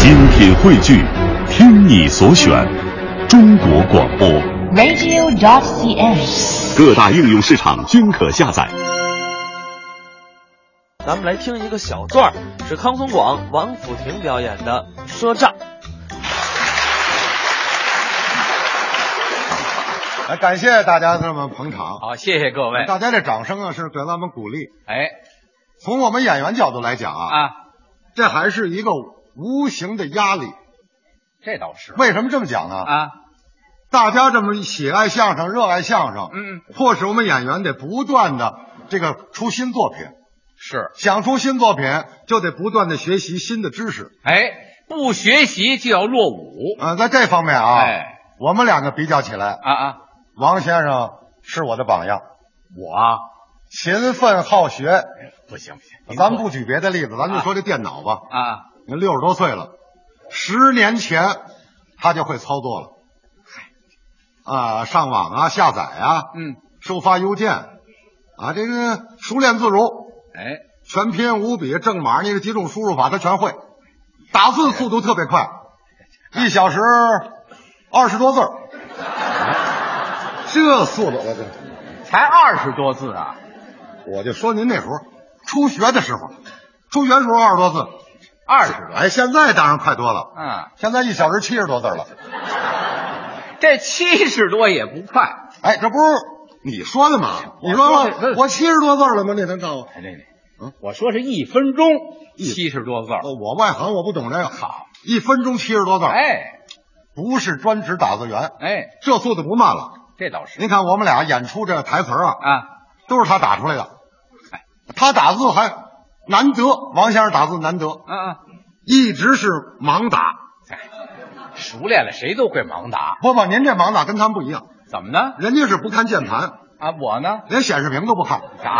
精品汇聚，听你所选，中国广播 radio.cn， 各大应用市场均可下载。 咱们来听一个小段，是康松广、王府庭表演的《赊账》。 感谢大家这么捧场， 好，谢谢各位。 大家的掌声啊，是给咱们鼓励。 哎， 从我们演员角度来讲啊， 这还是一个无形的压力。 这倒是。 为什么这么讲呢？ 啊， 大家这么喜爱相声、热爱相声，迫使我们演员得不断的出新作品。 是， 想出新作品就得不断的学习新的知识。 哎，不学习就要落伍。 在这方面啊， 哎， 我们两个比较起来王先生是我的榜样。 我勤奋好学。 不行， 咱们不举别的例子，咱就说这电脑吧。您60多岁了，10年前他就会操作了。上网啊，下载啊，收发邮件啊，这个熟练自如。 哎， 全拼五笔正码，你这几种输入法他全会，打字速度特别快，1小时20多字。这速度才20多字啊！ 我就说您那时候初学的时候20多字 ，20多。 哎，现在当然快多了。现在1小时70多字了。 这70多也不快。 哎，这不是你说的吗？你说我70多字了吗？你能告诉我？ 我说是1分钟70多字。 我外行，我不懂这个。 好 ，1分钟70多字。 哎， 不是专职打字员。 哎， 这速度不慢了。 这倒是。 您看我们俩演出这个台词都是他打出来的。他打字还难得，王先生打字难得。一直是盲打。 熟练了，谁都会盲打。 不，您这盲打跟他们不一样。 怎么呢？ 人家是不看键盘我呢连显示屏都不看。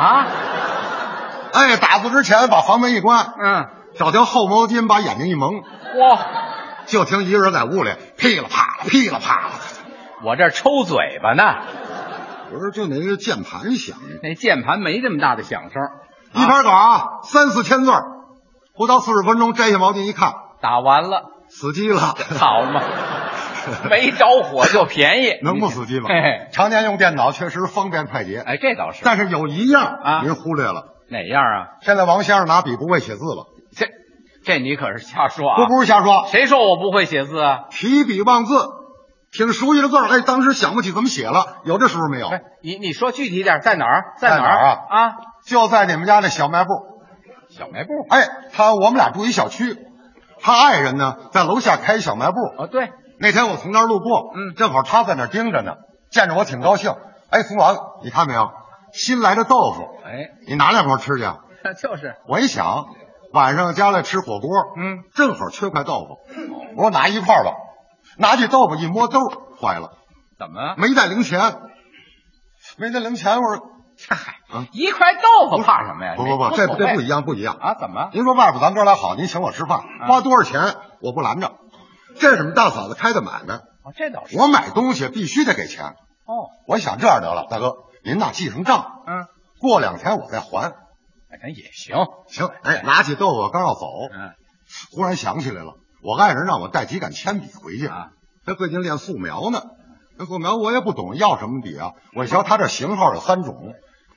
哎， 打字之前把房门一关，找条厚毛巾把眼睛一蒙，就听一个人在屋里噼里啪啦噼里啪啦。 我这抽嘴巴呢。 不是，就那个键盘响， 那键盘没这么大的响声。 一篇稿3、4千字，不到40分钟摘下毛巾一看， 打完了， 死机了。 好嘛，没着火就便宜， 能不死机吗？常年用电脑确实方便快捷。 哎，这倒是。 但是有一样您忽略了。 哪样啊？ 现在王先生拿笔不会写字了。 这你可是瞎说啊！ 不是瞎说。 谁说我不会写字啊？ 提笔忘字，挺熟悉的字儿，当时想不起怎么写了，有这时候没有？ 你说具体点，在哪儿？ 在哪儿啊？ 就在你们家那小卖部。 小卖部？ 我们俩住一小区，他爱人呢在楼下开小卖部。 对。 那天我从那儿路过，正好他在那儿盯着呢，见着我挺高兴。冯老，你看没有？新来的豆腐。你拿2块吃去。 就是。 我一想，晚上家里吃火锅，正好缺块豆腐。我说拿1块吧，拿起豆腐一摸兜，坏了。 怎么？ 没带零钱。我说 1块豆腐怕什么呀？ 不，这不一样啊？怎么？ 您说外边咱哥俩好，您请我吃饭，花多少钱我不拦着。这是我们大嫂子开的买卖。 这倒是。 我买东西必须得给钱。我想这样得了，大哥您记上账，过2天我再还。 也行。 拿起豆腐刚要走，忽然想起来了，我爱人让我带几杆铅笔回去。他最近练素描呢，那素描我也不懂要什么笔啊。我瞧他这型号有3种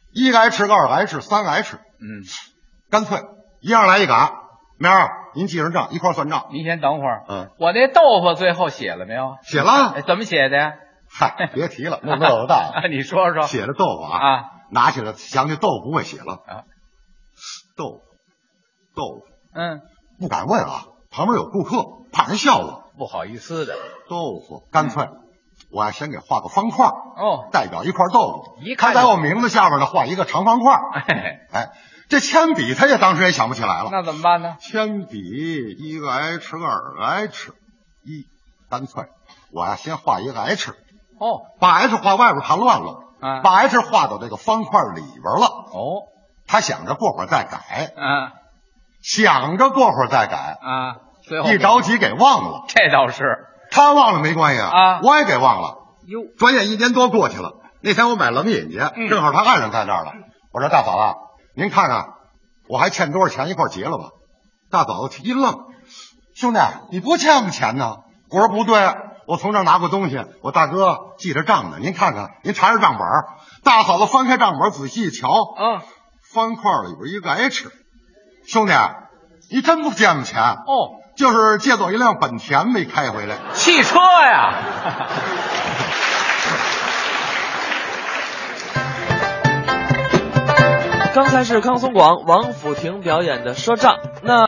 ，1H、2H、3H。干脆一样来1杆。明儿您记上账，一块算账。 您先等会儿。我那豆腐最后写了没有？ 写了。 怎么写的呀？ 别提了，那豆腐大。 你说说。 写的豆腐拿起来想起豆腐不会写了。豆腐。不敢问旁边有顾客，怕人笑我， 不好意思的。 豆腐，干脆我要先给画个方块，代表一块豆腐。 他在我名字下边呢画一个长方块。这铅笔他当时也想不起来了。 那怎么办呢？ 铅笔1H、2H，干脆我要先画一个 H。把 H 画外边怕乱了，把 H 画到这个方块里边了。他想着过会儿再改，最后一着急给忘了。 这倒是。 他忘了没关系我也给忘了。转眼1年多过去了。那天我买冷饮去，正好他爱人在那儿了。我说大嫂子，您看看我还欠多少钱，一块结了吧。大嫂子一愣， 兄弟，你不欠我们钱呢？我说不对，我从这儿拿过东西，我大哥记着账呢。您看看，您查查账本。大嫂子翻开账本，仔细一瞧，方块里边一个 H。兄弟，你真不欠我们钱哦？ 就是借走一辆本田没开回来。 汽车呀！ 刚才是康松广、王府亭表演的赊账，那。